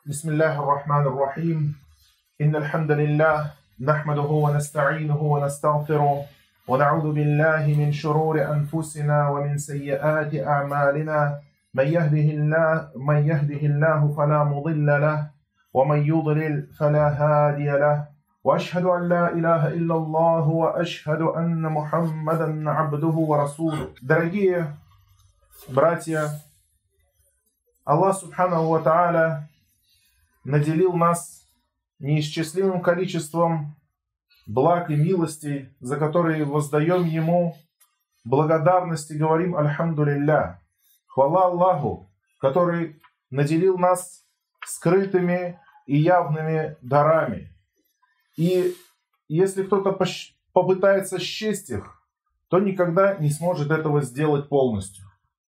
بسم الله الرحمن الرحيم إن الحمد لله نحمده ونستعينه ونستغفره ونعوذ بالله من شرور أنفسنا ومن سيئات أعمالنا من يهده الله فلا مضل له ومن يضلل فلا هادي له وأشهد أن لا إله إلا الله وأشهد أن محمدا عبده ورسوله. Дорогие братья, Аллах Субханаху ва Тааля наделил нас неисчислимым количеством благ и милостей, за которые воздаем Ему благодарность и говорим «Альхамду лилля». Хвала Аллаху, который наделил нас скрытыми и явными дарами. И если кто-то попытается счесть их, то никогда не сможет этого сделать полностью.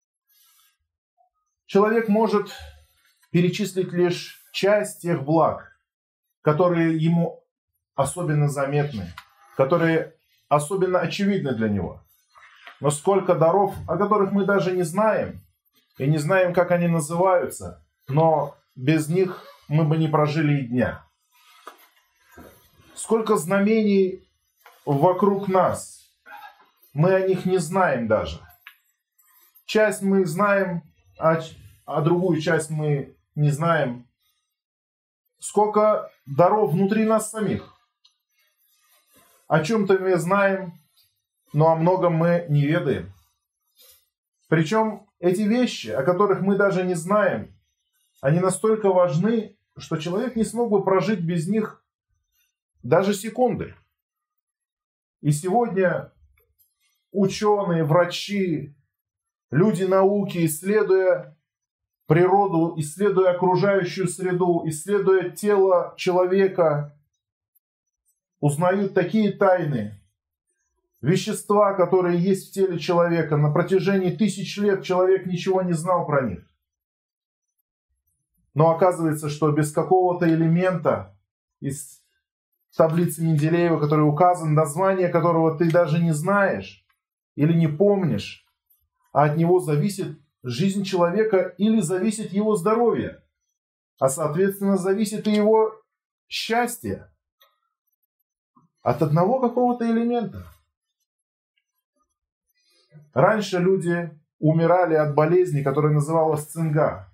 Человек может перечислить лишь часть тех благ, которые ему особенно заметны, которые особенно очевидны для него. Но сколько даров, о которых мы даже не знаем, и не знаем, как они называются, но без них мы бы не прожили и дня. Сколько знамений вокруг нас, мы о них не знаем даже. Часть мы знаем, а другую часть мы не знаем. Сколько даров внутри нас самих. О чем-то мы знаем, но о многом мы не ведаем. Причем эти вещи, о которых мы даже не знаем, они настолько важны, что человек не смог бы прожить без них даже секунды. И сегодня ученые, врачи, люди науки, исследуя природу, исследуя окружающую среду, исследуя тело человека, узнают такие тайны, вещества, которые есть в теле человека. На протяжении тысяч лет человек ничего не знал про них. Но оказывается, что без какого-то элемента из таблицы Менделеева, который указан, название которого ты даже не знаешь или не помнишь, а от него зависит жизнь человека или зависит его здоровье, а соответственно зависит и его счастье от одного какого-то элемента. Раньше люди умирали от болезни, которая называлась цинга.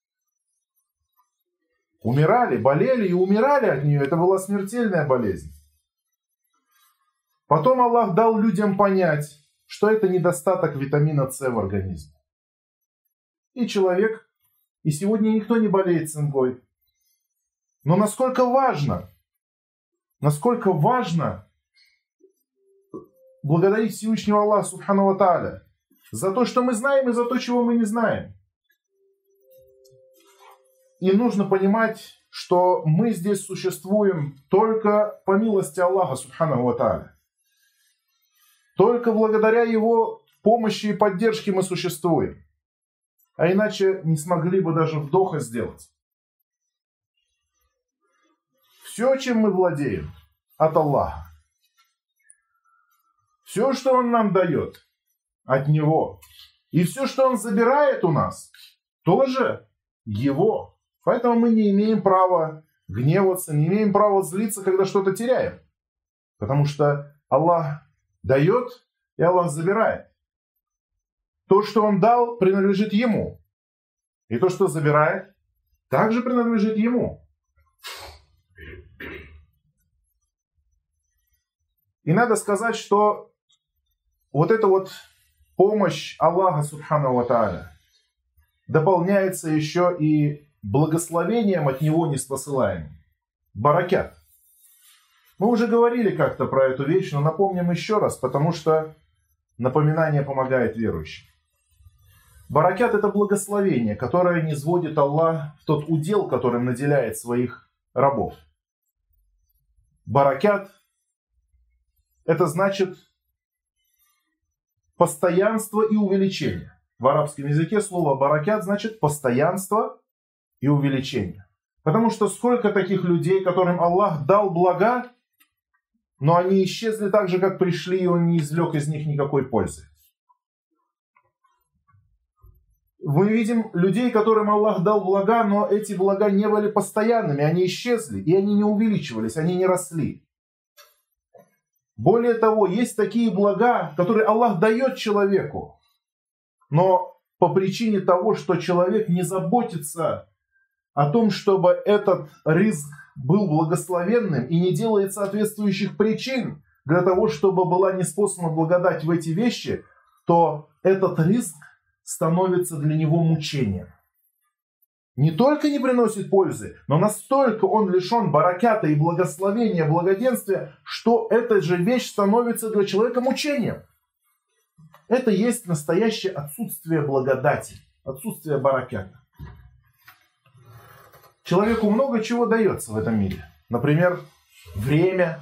Умирали, болели и умирали от нее. Это была смертельная болезнь. Потом Аллах дал людям понять, что это недостаток витамина С в организме. И человек, и сегодня никто не болеет цингой. Но насколько важно благодарить Всевышнего Аллаха Субхану ва Тааля за то, что мы знаем, и за то, чего мы не знаем. И нужно понимать, что мы здесь существуем только по милости Аллаха Субхану ва Тааля. Только благодаря Его помощи и поддержке мы существуем. А иначе не смогли бы даже вдоха сделать. Все, чем мы владеем, от Аллаха. Все, что Он нам дает, от Него. И все, что Он забирает у нас, тоже Его. Поэтому мы не имеем права гневаться, не имеем права злиться, когда что-то теряем. Потому что Аллах дает, и Аллах забирает. То, что Он дал, принадлежит Ему. И то, что забирает, также принадлежит Ему. И надо сказать, что вот эта вот помощь Аллаха Субхану ва Тааля дополняется еще и благословением от Него неспосылаемым. Баракят. Мы уже говорили как-то про эту вещь, но напомним еще раз, потому что напоминание помогает верующим. Баракят — это благословение, которое низводит Аллах в тот удел, которым наделяет своих рабов. Баракят — это значит постоянство и увеличение. В арабском языке слово баракят значит постоянство и увеличение. Потому что сколько таких людей, которым Аллах дал блага, но они исчезли так же, как пришли, и Он не извлек из них никакой пользы. Мы видим людей, которым Аллах дал блага, но эти блага не были постоянными, они исчезли, и они не увеличивались, они не росли. Более того, есть такие блага, которые Аллах дает человеку, но по причине того, что человек не заботится о том, чтобы этот ризк был благословенным и не делает соответствующих причин для того, чтобы была неспослана благодать в эти вещи, то этот ризк становится для него мучением. Не только не приносит пользы, но настолько он лишен баракята и благословения, благоденствия, что эта же вещь становится для человека мучением. Это есть настоящее отсутствие благодати, отсутствие баракята. Человеку много чего дается в этом мире. Например, время,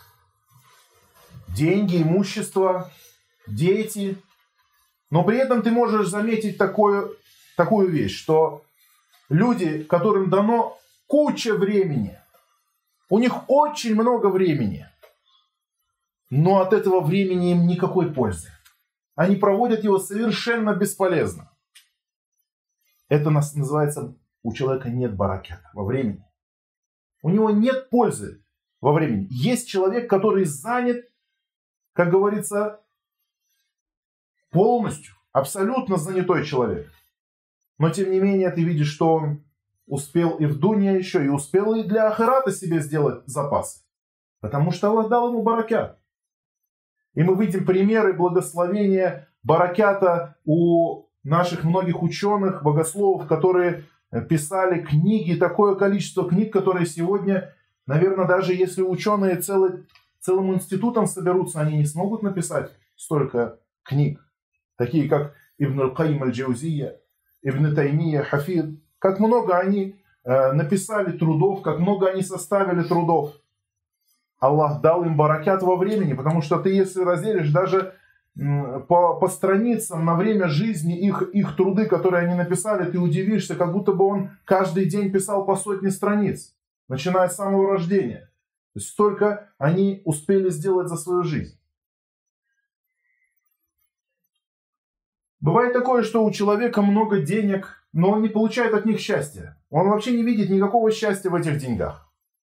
деньги, имущество, дети. Но при этом ты можешь заметить такую вещь, что люди, которым дано куча времени, у них очень много времени, но от этого времени им никакой пользы. Они проводят его совершенно бесполезно. Это называется, у человека нет баракята во времени. У него нет пользы во времени. Есть человек, который занят, как говорится, полностью, абсолютно занятой человек. Но тем не менее ты видишь, что он успел и в дунья еще, и успел и для ахирата себе сделать запасы. Потому что Аллах дал ему баракят. И мы видим примеры благословения баракята у наших многих ученых, богословов, которые писали книги, такое количество книг, которые сегодня, наверное, даже если ученые целым институтом соберутся, они не смогут написать столько книг. Такие как Ибн аль-Каим аль-Джаузия, Ибн Таймия, Хафид. Как много они написали трудов, как много они составили трудов. Аллах дал им баракят во времени, потому что ты, если разделишь даже по страницам на время жизни их труды, которые они написали, ты удивишься, как будто бы он каждый день писал по 100 страниц, начиная с самого рождения. То есть столько они успели сделать за свою жизнь. Бывает такое, что у человека много денег, но он не получает от них счастья. Он вообще не видит никакого счастья в этих деньгах.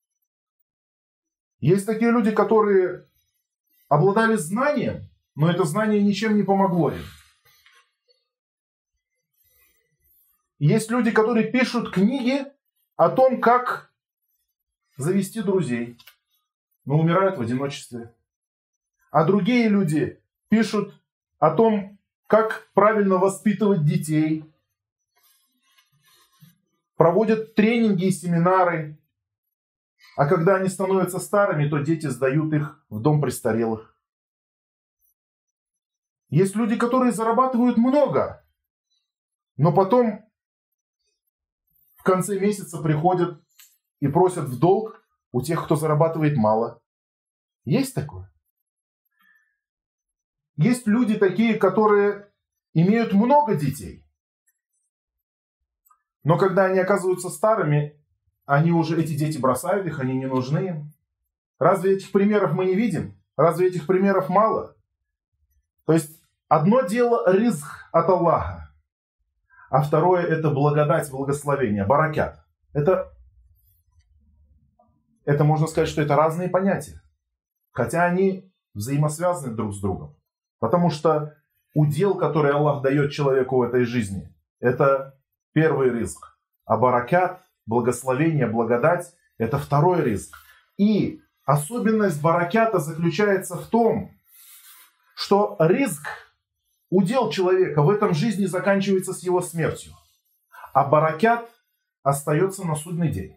Есть такие люди, которые обладали знанием, но это знание ничем не помогло им. Есть люди, которые пишут книги о том, как завести друзей, но умирают в одиночестве. А другие люди пишут о том, как правильно воспитывать детей, проводят тренинги и семинары, а когда они становятся старыми, то дети сдают их в дом престарелых. Есть люди, которые зарабатывают много, но потом в конце месяца приходят и просят в долг у тех, кто зарабатывает мало. Есть такое? Есть люди такие, которые имеют много детей, но когда они оказываются старыми, эти дети бросают их, они не нужны им. Разве этих примеров мы не видим? Разве этих примеров мало? То есть одно дело ризк от Аллаха, а второе это благодать, благословение, баракят. Это можно сказать, что это разные понятия, хотя они взаимосвязаны друг с другом. Потому что удел, который Аллах дает человеку в этой жизни, это первый ризк, а баракят, благословение, благодать – это второй ризк. И особенность баракята заключается в том, что ризк, удел человека в этом жизни заканчивается с его смертью, а баракят остается на судный день.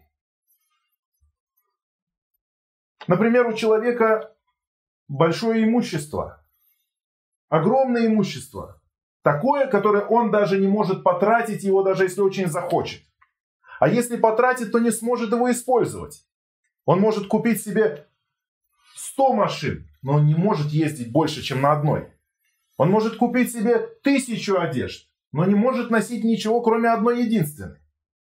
Например, у человека большое имущество, огромное имущество, такое, которое он даже не может потратить его, даже если очень захочет. А если потратит, то не сможет его использовать. Он может купить себе 100 машин, но он не может ездить больше, чем на одной. Он может купить себе 1000 одежд, но не может носить ничего, кроме одной единственной.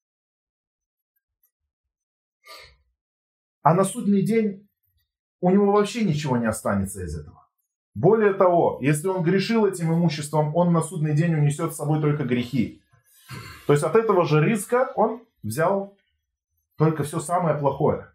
А на судный день у него вообще ничего не останется из этого. Более того, если он грешил этим имуществом, он на судный день унесет с собой только грехи. То есть от этого же ризка он взял только все самое плохое.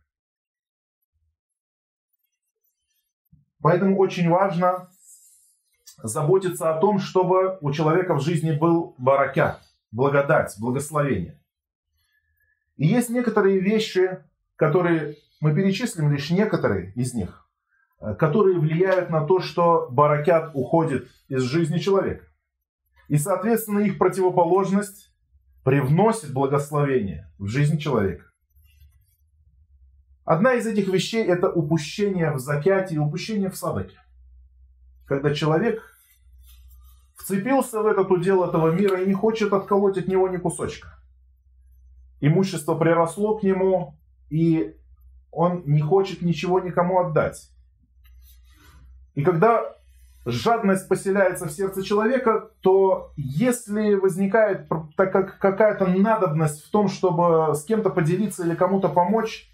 Поэтому очень важно заботиться о том, чтобы у человека в жизни был баракят, благодать, благословение. И есть некоторые вещи, которые мы перечислим, лишь некоторые из них, которые влияют на то, что баракят уходит из жизни человека. И, соответственно, их противоположность привносит благословение в жизнь человека. Одна из этих вещей – это упущение в закяте и упущение в садаке. Когда человек вцепился в этот удел этого мира и не хочет отколоть от него ни кусочка. Имущество приросло к нему, и он не хочет ничего никому отдать. И когда жадность поселяется в сердце человека, то если возникает какая-то надобность в том, чтобы с кем-то поделиться или кому-то помочь,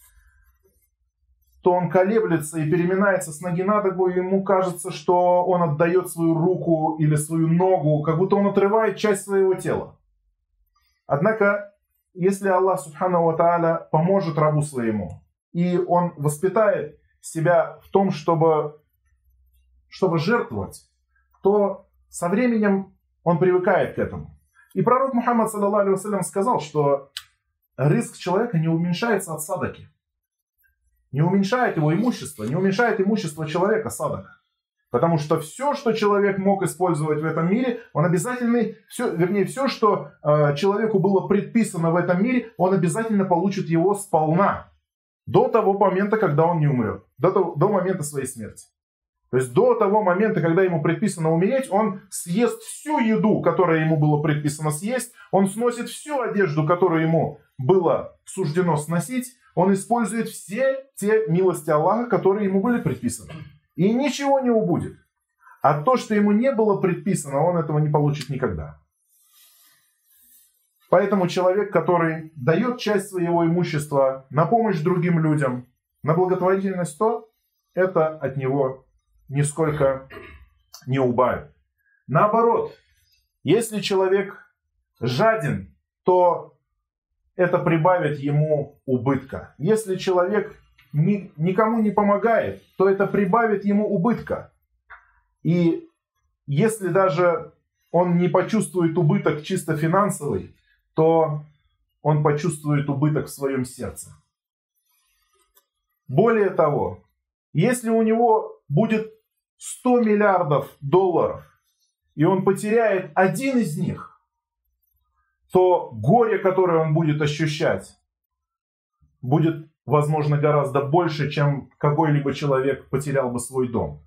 то он колеблется и переминается с ноги на ногу, и ему кажется, что он отдает свою руку или свою ногу, как будто он отрывает часть своего тела. Однако, если Аллах Субхану ва Тааля поможет рабу своему, и он воспитает себя в том, чтобы жертвовать, то со временем он привыкает к этому. И пророк Мухаммад, саллаллаху алейхи вассалям, сказал, что ризк человека не уменьшается от садаки. Не уменьшает его имущество, не уменьшает имущество человека садака. Потому что все, что человек мог использовать в этом мире, он обязательно, все, что человеку было предписано в этом мире, он обязательно получит его сполна. До того момента, когда он не умрет. До момента своей смерти. То есть до того момента, когда ему предписано умереть, он съест всю еду, которая ему было предписано съесть, он сносит всю одежду, которую ему было суждено сносить, он использует все те милости Аллаха, которые ему были предписаны. И ничего не убудет. А то, что ему не было предписано, он этого не получит никогда. Поэтому человек, который дает часть своего имущества на помощь другим людям, на благотворительность, то это от него нисколько не убавит. Наоборот, если человек жаден, то это прибавит ему убытка. Если человек никому не помогает, то это прибавит ему убытка. И если даже он не почувствует убыток чисто финансовый, то он почувствует убыток в своем сердце. Более того, если у него будет 100 миллиардов долларов, и он потеряет один из них, то горе, которое он будет ощущать, будет, возможно, гораздо больше, чем какой-либо человек потерял бы свой дом.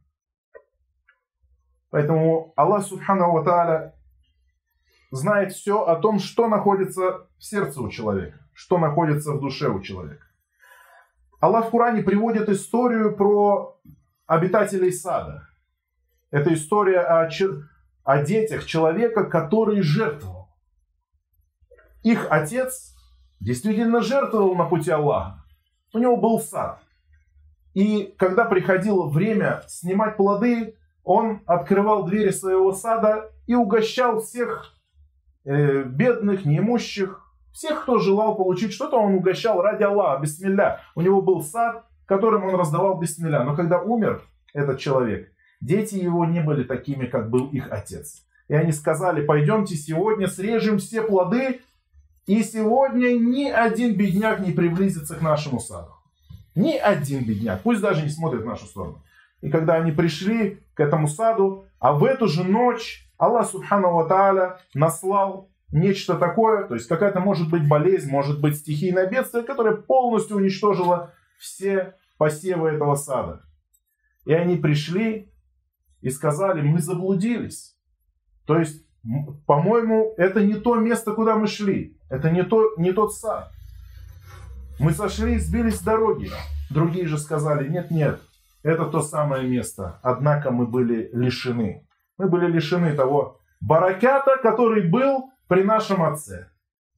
Поэтому Аллах Субхану ва Тааля знает все о том, что находится в сердце у человека, что находится в душе у человека. Аллах в Коране приводит историю про обитателей сада. Это история о детях человека, который жертвовал. Их отец действительно жертвовал на пути Аллаха. У него был сад. И когда приходило время снимать плоды, он открывал двери своего сада и угощал всех бедных, неимущих, всех, кто желал получить что-то, он угощал ради Аллаха, бисмилля. У него был сад, которым он раздавал бисмилля. Но когда умер этот человек, дети его не были такими, как был их отец. И они сказали: пойдемте сегодня срежем все плоды, и сегодня ни один бедняк не приблизится к нашему саду. Ни один бедняк, пусть даже не смотрит в нашу сторону. И когда они пришли к этому саду, а в эту же ночь Аллах Субхану ва Тааля наслал нечто такое, то есть какая-то может быть болезнь, может быть стихийное бедствие, которое полностью уничтожило все посевы этого сада. И они пришли и сказали: мы заблудились. То есть, по-моему, это не то место, куда мы шли. Это не тот сад. Мы сошли и сбились с дороги. Другие же сказали: нет, это то самое место. Однако мы были лишены. Мы были лишены того баракята, который был при нашем отце.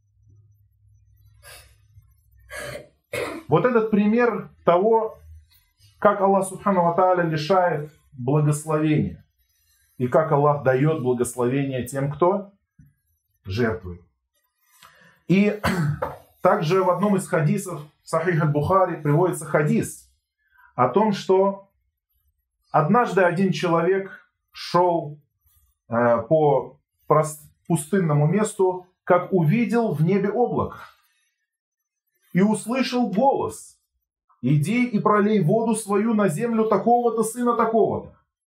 Вот этот пример того, как Аллах Субхану ва Тааля лишает благословения. И как Аллах дает благословение тем, кто жертвует. И также в одном из хадисов Сахих аль-Бухари приводится хадис о том, что однажды один человек шел по пустынному месту, как увидел в небе облако, и услышал голос: «Иди и пролей воду свою на землю такого-то сына такого-то».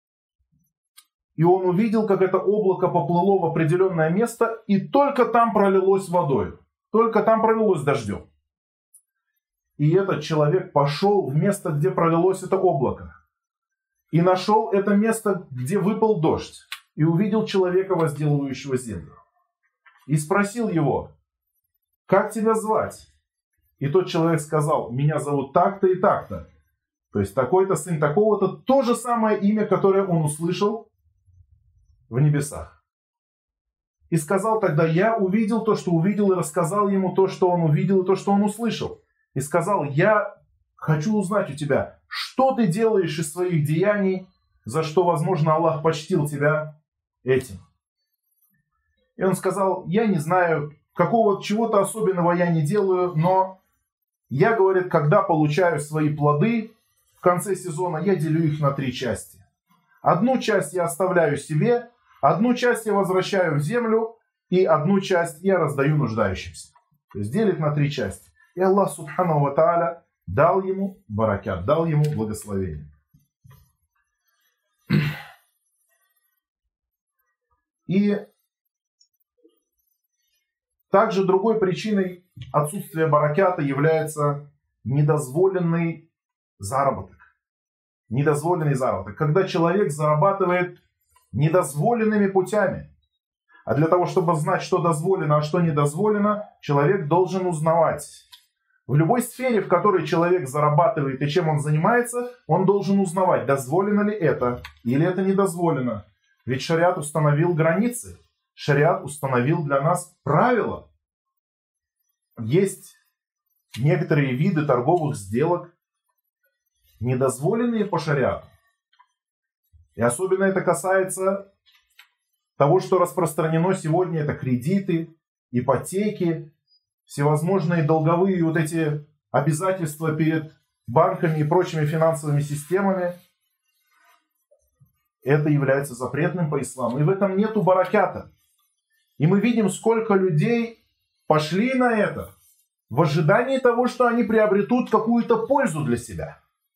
И он увидел, как это облако поплыло в определенное место, и только там пролилось водой, только там пролилось дождем. И этот человек пошел в место, где пролилось это облако, и нашел это место, где выпал дождь, и увидел человека, возделывающего землю. И спросил его: «Как тебя звать?» И тот человек сказал: «Меня зовут так-то и так-то». То есть такой-то сын такого-то, то же самое имя, которое он услышал в небесах. И сказал тогда: «Я увидел то, что увидел», и рассказал ему то, что он увидел, и то, что он услышал. И сказал: «Я хочу узнать у тебя, что ты делаешь из своих деяний, за что, возможно, Аллах почтил тебя этим». И он сказал: «Я не знаю, чего-то особенного я не делаю, но я, говорит, когда получаю свои плоды в конце сезона, я делю их на 3 части. Одну часть я оставляю себе, одну часть я возвращаю в землю, и одну часть я раздаю нуждающимся». То есть делит на 3 части. И Аллах Субхану ва Тааля дал ему баракят, дал ему благословение. И также другой причиной отсутствия баракята является недозволенный заработок. Недозволенный заработок. Когда человек зарабатывает недозволенными путями. А для того, чтобы знать, что дозволено, а что не дозволено, человек должен узнавать. В любой сфере, в которой человек зарабатывает и чем он занимается, он должен узнавать, дозволено ли это или это не дозволено. Ведь шариат установил границы. Шариат установил для нас правила. Есть некоторые виды торговых сделок, недозволенные по шариату. И особенно это касается того, что распространено сегодня. Это кредиты, ипотеки, всевозможные долговые вот эти обязательства перед банками и прочими финансовыми системами. Это является запретным по исламу. И в этом нету баракята. И мы видим, сколько людей пошли на это в ожидании того, что они приобретут какую-то пользу для себя.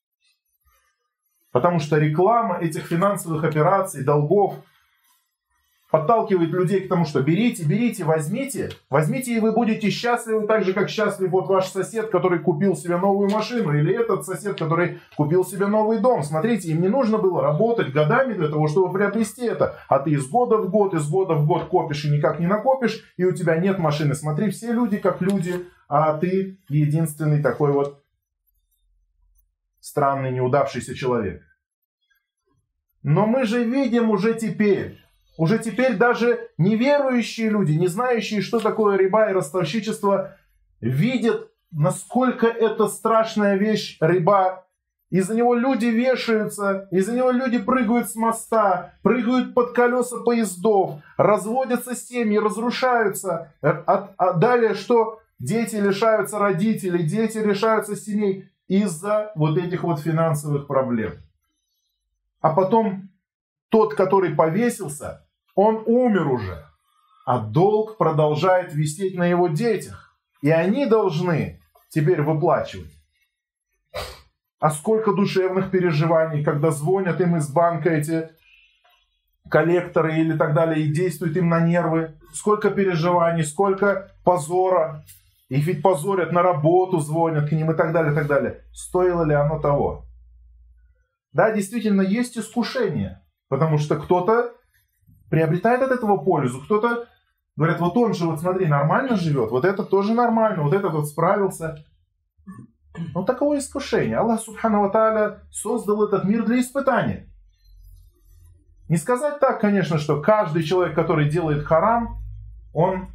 Потому что реклама этих финансовых операций, долгов подталкивает людей к тому, что берите, берите, возьмите, и вы будете счастливы, так же, как счастлив вот ваш сосед, который купил себе новую машину, или этот сосед, который купил себе новый дом. Смотрите, им не нужно было работать годами для того, чтобы приобрести это, а ты из года в год копишь и никак не накопишь, и у тебя нет машины. Смотри, все люди как люди, а ты единственный такой вот странный, неудавшийся человек. Но мы же видим уже теперь даже неверующие люди, не знающие, что такое риба и ростовщичество, видят, насколько это страшная вещь риба. Из-за него люди вешаются, из-за него люди прыгают с моста, прыгают под колеса поездов, разводятся семьи, разрушаются. А далее что? Дети лишаются родителей, дети лишаются семей из-за вот этих вот финансовых проблем. А потом тот, который повесился, он умер уже, а долг продолжает висеть на его детях. И они должны теперь выплачивать. А сколько душевных переживаний, когда звонят им из банка эти коллекторы или так далее, и действуют им на нервы. Сколько переживаний, сколько позора. Их ведь позорят, на работу звонят к ним и так далее, и так далее. Стоило ли оно того? Да, действительно, есть искушение. Потому что кто-то приобретает от этого пользу, кто-то говорит: вот он же, вот смотри, нормально живет, вот этот тоже нормально, вот этот вот справился. Но таково искушение. Аллах Субхану ва Тааля создал этот мир для испытания. Не сказать так, конечно, что каждый человек, который делает харам, он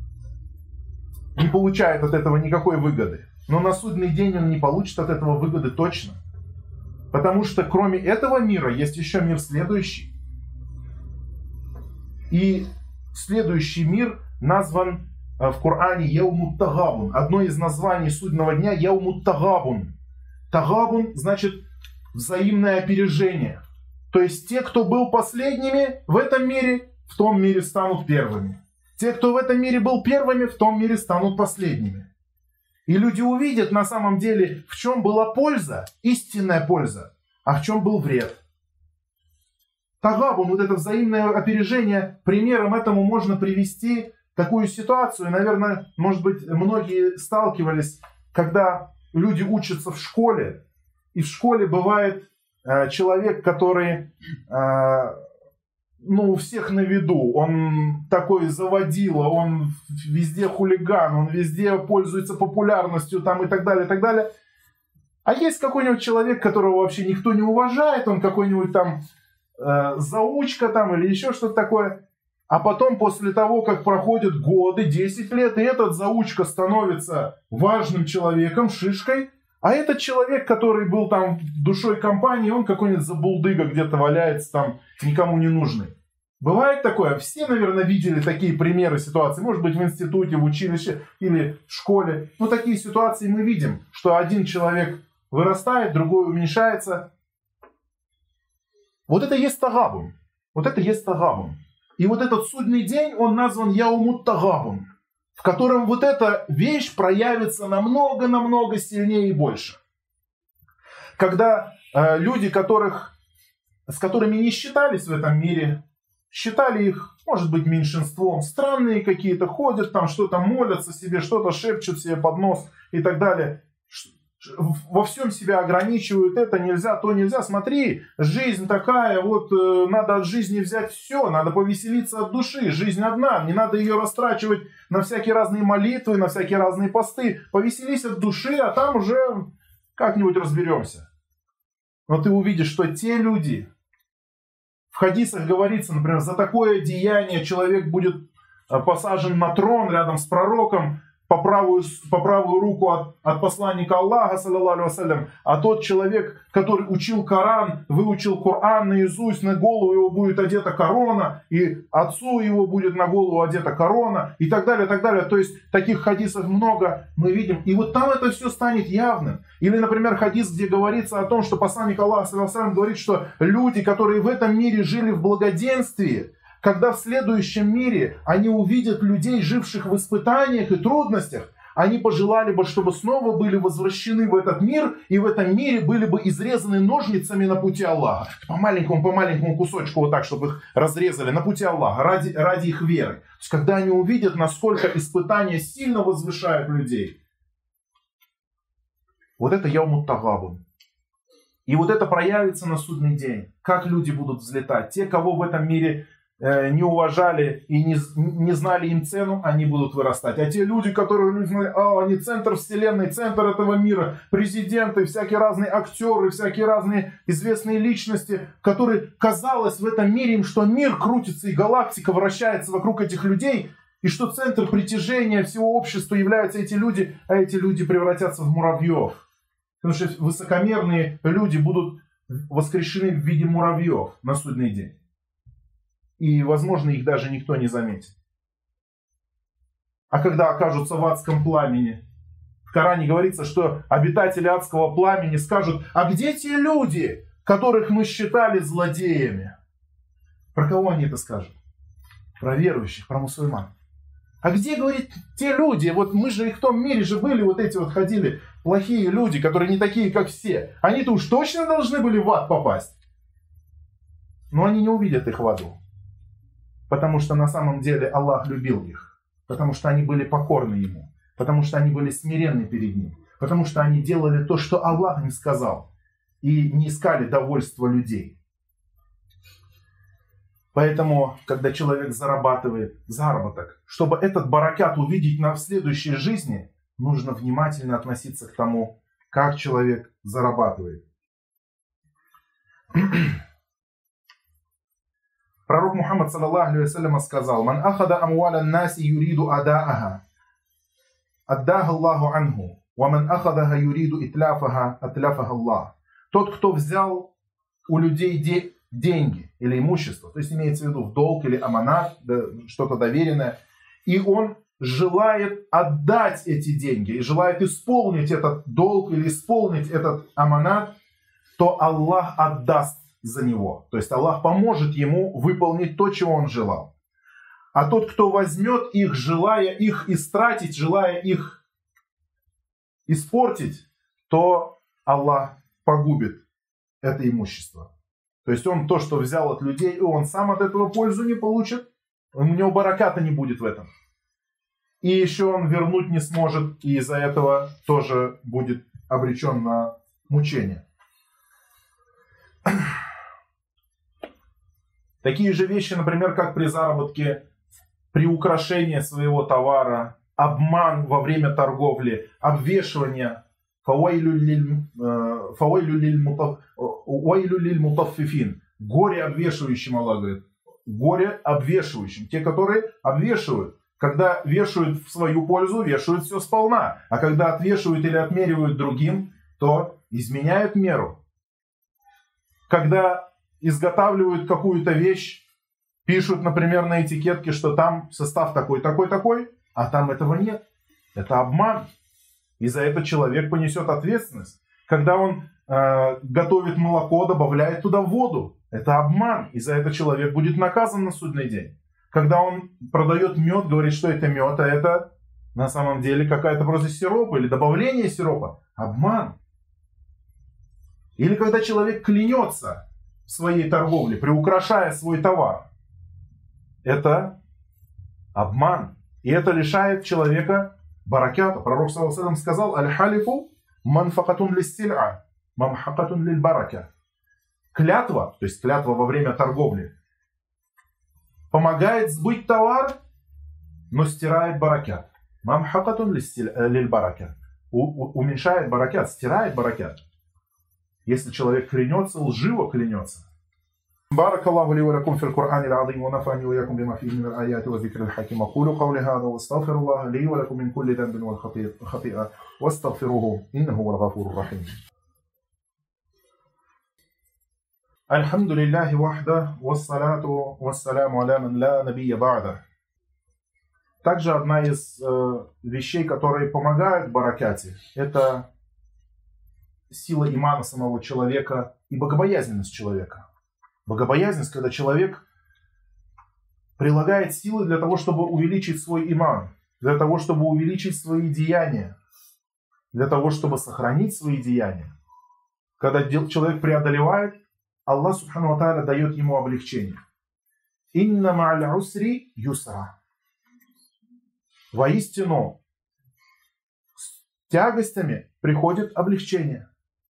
не получает от этого никакой выгоды. Но на судный день он не получит от этого выгоды точно. Потому что кроме этого мира есть еще мир следующий. И следующий мир назван в Коране Яумут Тагабун. Одно из названий судного дня Яумут Тагабун. Тагабун значит взаимное опережение. То есть те, кто был последними в этом мире, в том мире станут первыми. Те, кто в этом мире был первыми, в том мире станут последними. И люди увидят на самом деле, в чем была польза, истинная польза, а в чем был вред. Тагабун, вот это взаимное опережение, примером этому можно привести такую ситуацию. Наверное, может быть, многие сталкивались, когда люди учатся в школе, и в школе бывает человек, который у всех на виду, он такой заводила, он везде хулиган, он везде пользуется популярностью там, и так далее, и так далее. А есть какой-нибудь человек, которого вообще никто не уважает, он какой-нибудь там заучка там или еще что-то такое. А потом, после того, как проходят годы, 10 лет, и этот заучка становится важным человеком, шишкой, а этот человек, который был там душой компании, он какой-нибудь забулдыга где-то валяется там, никому не нужный. Бывает такое? Все, наверное, видели такие примеры ситуаций. Может быть, в институте, в училище или в школе. Но такие ситуации мы видим, что один человек вырастает, другой уменьшается. Вот это есть тагабун. Вот это есть тагабун. И вот этот судный день, он назван Яумут Тагабун, в котором вот эта вещь проявится намного сильнее и больше. Когда люди, с которыми не считались в этом мире, считали их, может быть, меньшинством, странные какие-то, ходят там, что-то молятся себе, что-то шепчут себе под нос и так далее, во всем себя ограничивают, это нельзя, то нельзя, смотри, жизнь такая, вот надо от жизни взять все, надо повеселиться от души, жизнь одна, не надо ее растрачивать на всякие разные молитвы, на всякие разные посты, повеселись от души, а там уже как-нибудь разберемся. Но ты увидишь, что те люди, в хадисах говорится, например, за такое деяние человек будет посажен на трон рядом с пророком, по правую руку от посланника Аллаха, саллаллаху алейхи вассалям, а тот человек, который учил Коран, выучил Коран наизусть, на голову его будет одета корона, и отцу его будет на голову одета корона, и так далее, и так далее. То есть таких хадисов много мы видим. И вот там это все станет явным. Или, например, хадис, где говорится о том, что посланник Аллаха, саллаллаху алейхи вассалям, говорит, что люди, которые в этом мире жили в благоденствии, когда в следующем мире они увидят людей, живших в испытаниях и трудностях, они пожелали бы, чтобы снова были возвращены в этот мир, и в этом мире были бы изрезаны ножницами на пути Аллаха. По маленькому кусочку, вот так, чтобы их разрезали на пути Аллаха, ради их веры. То есть, когда они увидят, насколько испытания сильно возвышают людей. Вот это Яумут Тагабун. И вот это проявится на судный день. Как люди будут взлетать. Те, кого в этом мире не уважали и не знали им цену, они будут вырастать. А те люди, которые знали, они центр вселенной, центр этого мира, президенты, всякие разные актеры, всякие разные известные личности, которые казалось в этом мире им, что мир крутится и галактика вращается вокруг этих людей, и что центр притяжения всего общества являются эти люди, а эти люди превратятся в муравьев. Потому что высокомерные люди будут воскрешены в виде муравьев на судный день. И, возможно, их даже никто не заметит. А когда окажутся в адском пламени, в Коране говорится, что обитатели адского пламени скажут: а где те люди, которых мы считали злодеями? Про кого они это скажут? Про верующих, про мусульман. А где, говорит, те люди? Вот мы же их в том мире же были, вот эти вот ходили плохие люди, которые не такие, как все. Они-то уж точно должны были в ад попасть. Но они не увидят их в аду. Потому что на самом деле Аллах любил их. Потому что они были покорны Ему. Потому что они были смиренны перед Ним. Потому что они делали то, что Аллах им сказал. И не искали довольства людей. Поэтому, когда человек зарабатывает заработок, чтобы этот баракят увидеть в следующей жизни, нужно внимательно относиться к тому, как человек зарабатывает. Пророк Мухаммад, саллаллаху алейхи вассалям, сказал: «Ман ахада амваля наси юриду адааха, аддаха Аллаху анху, ва ман ахадаха юриду итляфаха, атляфаха Аллах». Тот, кто взял у людей деньги или имущество, то есть имеется в виду в долг или аманат, что-то доверенное, и он желает отдать эти деньги и желает исполнить этот долг или исполнить этот аманат, то Аллах отдаст за него. То есть Аллах поможет ему выполнить то, чего он желал. А тот, кто возьмет их, желая их истратить, желая их испортить, то Аллах погубит это имущество. То есть он то, что взял от людей, и он сам от этого пользу не получит, у него бараката не будет в этом. И еще он вернуть не сможет, и из-за этого тоже будет обречен на мучение. Такие же вещи, например, как при заработке, приукрашение своего товара, обман во время торговли, обвешивание, фавайлю лиль мутаффифин, горе обвешивающим, Аллах говорит, горе обвешивающим, те, которые обвешивают. Когда вешают в свою пользу, вешают все сполна, а когда отвешивают или отмеривают другим, то изменяют меру. Когда изготавливают какую-то вещь, пишут, например, на этикетке, что там состав такой, такой, такой, а там этого нет. Это обман. И за это человек понесет ответственность. Когда он готовит молоко, добавляет туда воду, это обман. И за это человек будет наказан на судный день. Когда он продает мед, говорит, что это мед, а это на самом деле какая-то просто сиропа или добавление сиропа. Обман. Или когда человек клянется в своей торговле, приукрашая свой товар. Это обман. И это лишает человека баракята. Пророк ﷺ сказал: «Аль-халифу манфакатун лиссиль'a, мамхакатун лиль-барака». Клятва, то есть клятва во время торговли, помогает сбыть товар, но стирает баракят. Мамхакатун лиль-барака. Уменьшает баракят, стирает баракят. Если человек клянется, лживо клянется. بارك الله لي ولكم في القرآن العظيم ونفعني وإياكم بما فيه من الآيات والذكر الحكيم. أقول قولي هذا واستغفر الله لي ولكم من كل ذنب والخطيئة واستغفروه إنه هو الغفور الرحيم. الحمد لله وحده والصلاة والسلام على من لا نبي بعده. Также одна из вещей, которые помогают баракате, это сила имана самого человека и богобоязненность человека. Богобоязненность, когда человек прилагает силы для того, чтобы увеличить свой иман, для того, чтобы увеличить свои деяния, для того, чтобы сохранить свои деяния. Когда человек преодолевает, Аллах Субхану ва Тааля дает ему облегчение. «Инна ма'аль усри юсра». Воистину, с тягостями приходит облегчение.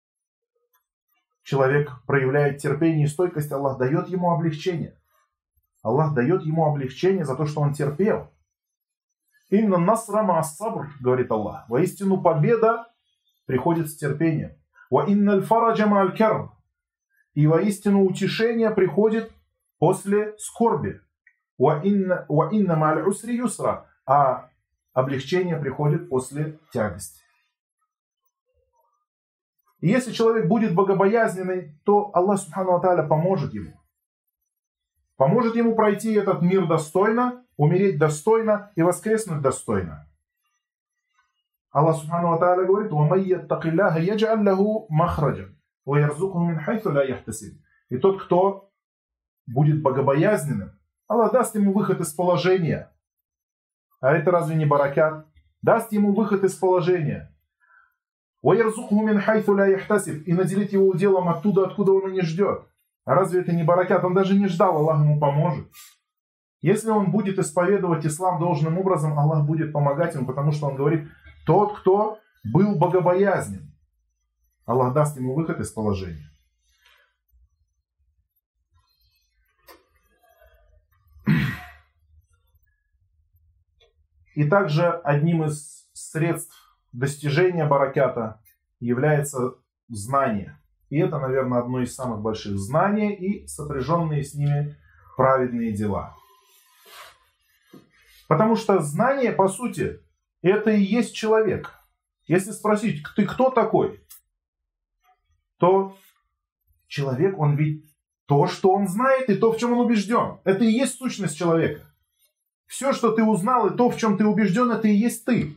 Человек проявляет терпение и стойкость, Аллах дает ему облегчение. Аллах дает ему облегчение за то, что он терпел. «Инна насра ма'ас-сабр», говорит Аллах. Воистину, победа приходит с терпением. «Ва инналь фараджа ма'аль-карб». И воистину утешение приходит после скорби. «Ва инна ма'аль усри юсра». А облегчение приходит после тягости. И если человек будет богобоязненный, то Аллах Субхану ва Тааля поможет ему. Поможет ему пройти этот мир достойно, умереть достойно и воскреснуть достойно. Аллах Субхану ва Тааля говорит: «Ваман яттақиллаха ядж'аль лаху махраджан ва ярзуқху мин хайсу ла яхтасиб». И тот, кто будет богобоязненным, Аллах даст ему выход из положения. А это разве не баракат? Даст ему выход из положения. И наделит его уделом оттуда, откуда он и не ждет. А разве это не баракат? Он даже не ждал, Аллах ему поможет. Если он будет исповедовать ислам должным образом, Аллах будет помогать ему, потому что он говорит: тот, кто был богобоязнен, Аллах даст ему выход из положения. И также одним из средств достижения бараката является знание. И это, наверное, одно из самых больших: знания и сопряженные с ними праведные дела. Потому что знание, по сути, это и есть человек. Если спросить: ты кто такой? То человек, он ведь то, что он знает, и то, в чем он убежден. Это и есть сущность человека. Все, что ты узнал, и то, в чем ты убежден, это и есть ты.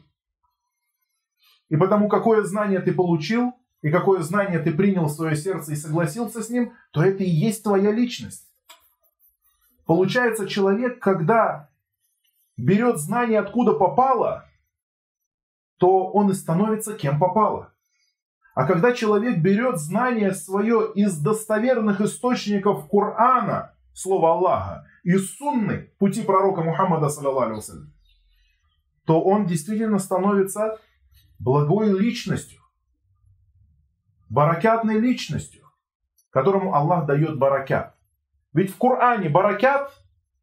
И потому, какое знание ты получил, и какое знание ты принял в свое сердце и согласился с ним, то это и есть твоя личность. Получается, человек, когда берет знание, откуда попало, то он и становится кем попало. А когда человек берет знание свое из достоверных источников Корана, слова Аллаха, из сунны, пути пророка Мухаммада, саллаллаху алейхи вассалям, то он действительно становится благой личностью, баракятной личностью, которому Аллах дает баракят. Ведь в Коране баракят,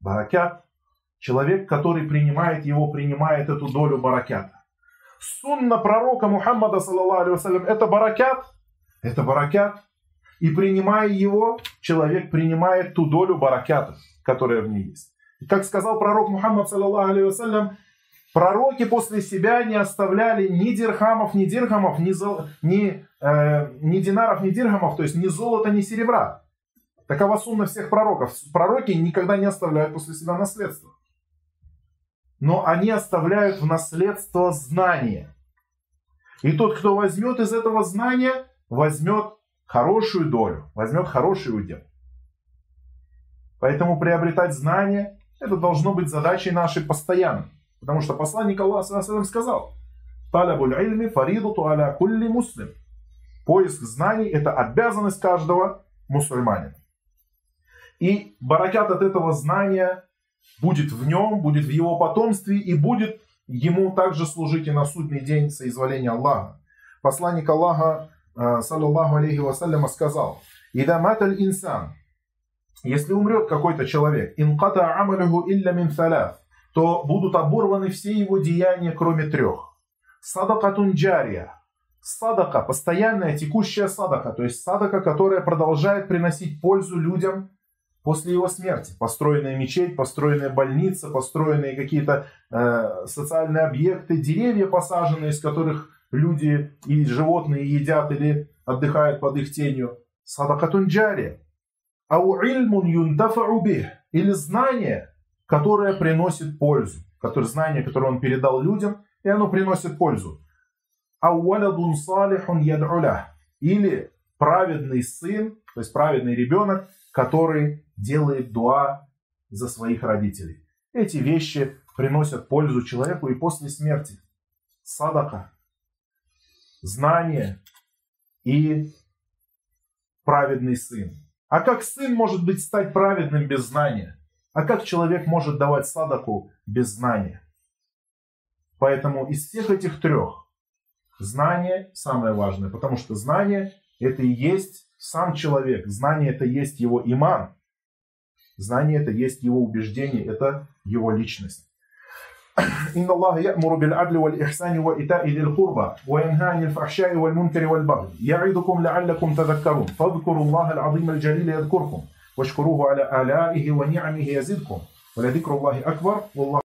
человек, который принимает его, принимает эту долю баракята. Сунна пророка Мухаммада, саллаллаху алейхи вассалям, это баракят. И принимая его, человек принимает ту долю баракята, которая в ней есть. И как сказал пророк Мухаммад, саллаллаху алейхи вассалям, пророки после себя не оставляли ни дирхамов, ни дирхамов, ни динаров, ни дирхамов, то есть ни золота, ни серебра. Такова сунна всех пророков. Пророки никогда не оставляют после себя наследство. Но они оставляют в наследство знания. И тот, кто возьмет из этого знания, возьмет хорошую долю, возьмет хороший удел. Поэтому приобретать знания, это должно быть задачей нашей постоянной. Потому что посланник Аллаха сказал: «Талабуль ильми фаридату аля кулли муслим». Поиск знаний – это обязанность каждого мусульманина. И баракат от этого знания будет в нем, будет в его потомстве и будет ему также служить и на судный день соизволения Аллаха. Посланник Аллаха, саллаллаху алейхи вассалям, сказал: «Ида маталь инсан», если умрет какой-то человек, «инката амалюху илля мин саляф», то будут оборваны все его деяния, кроме 3. Садакатун джария. Садака, постоянная текущая садака, то есть садака, которая продолжает приносить пользу людям после его смерти. Построенная мечеть, построенная больница, построенные какие-то социальные объекты, деревья посаженные, из которых люди и животные едят или отдыхают под их тенью. Садакатун джария. Ау ильмун юнтафау бих. Или знание, которое приносит пользу. Знание, которое он передал людям, и оно приносит пользу. Ау валадун салихун яд'улях. Или праведный сын, то есть праведный ребенок, который делает дуа за своих родителей. Эти вещи приносят пользу человеку и после смерти. Садака, знание и праведный сын. А как сын может стать праведным без знания? А как человек может давать садаку без знания? Поэтому из всех этих 3 знание самое важное, потому что знание это и есть сам человек, знание это есть его иман, знание это есть его убеждение, это его личность. إن الله يأمر بالعدل والإحسان وإيتاء ذي القربى وينهى عن الفحشاء والمنكر والبغي يعظكم لعلكم تذكرون فاذكروا الله العظيم الجليل يذكركم واشكروه على آلائه ونعمه يزدكم ولذكر الله أكبر والله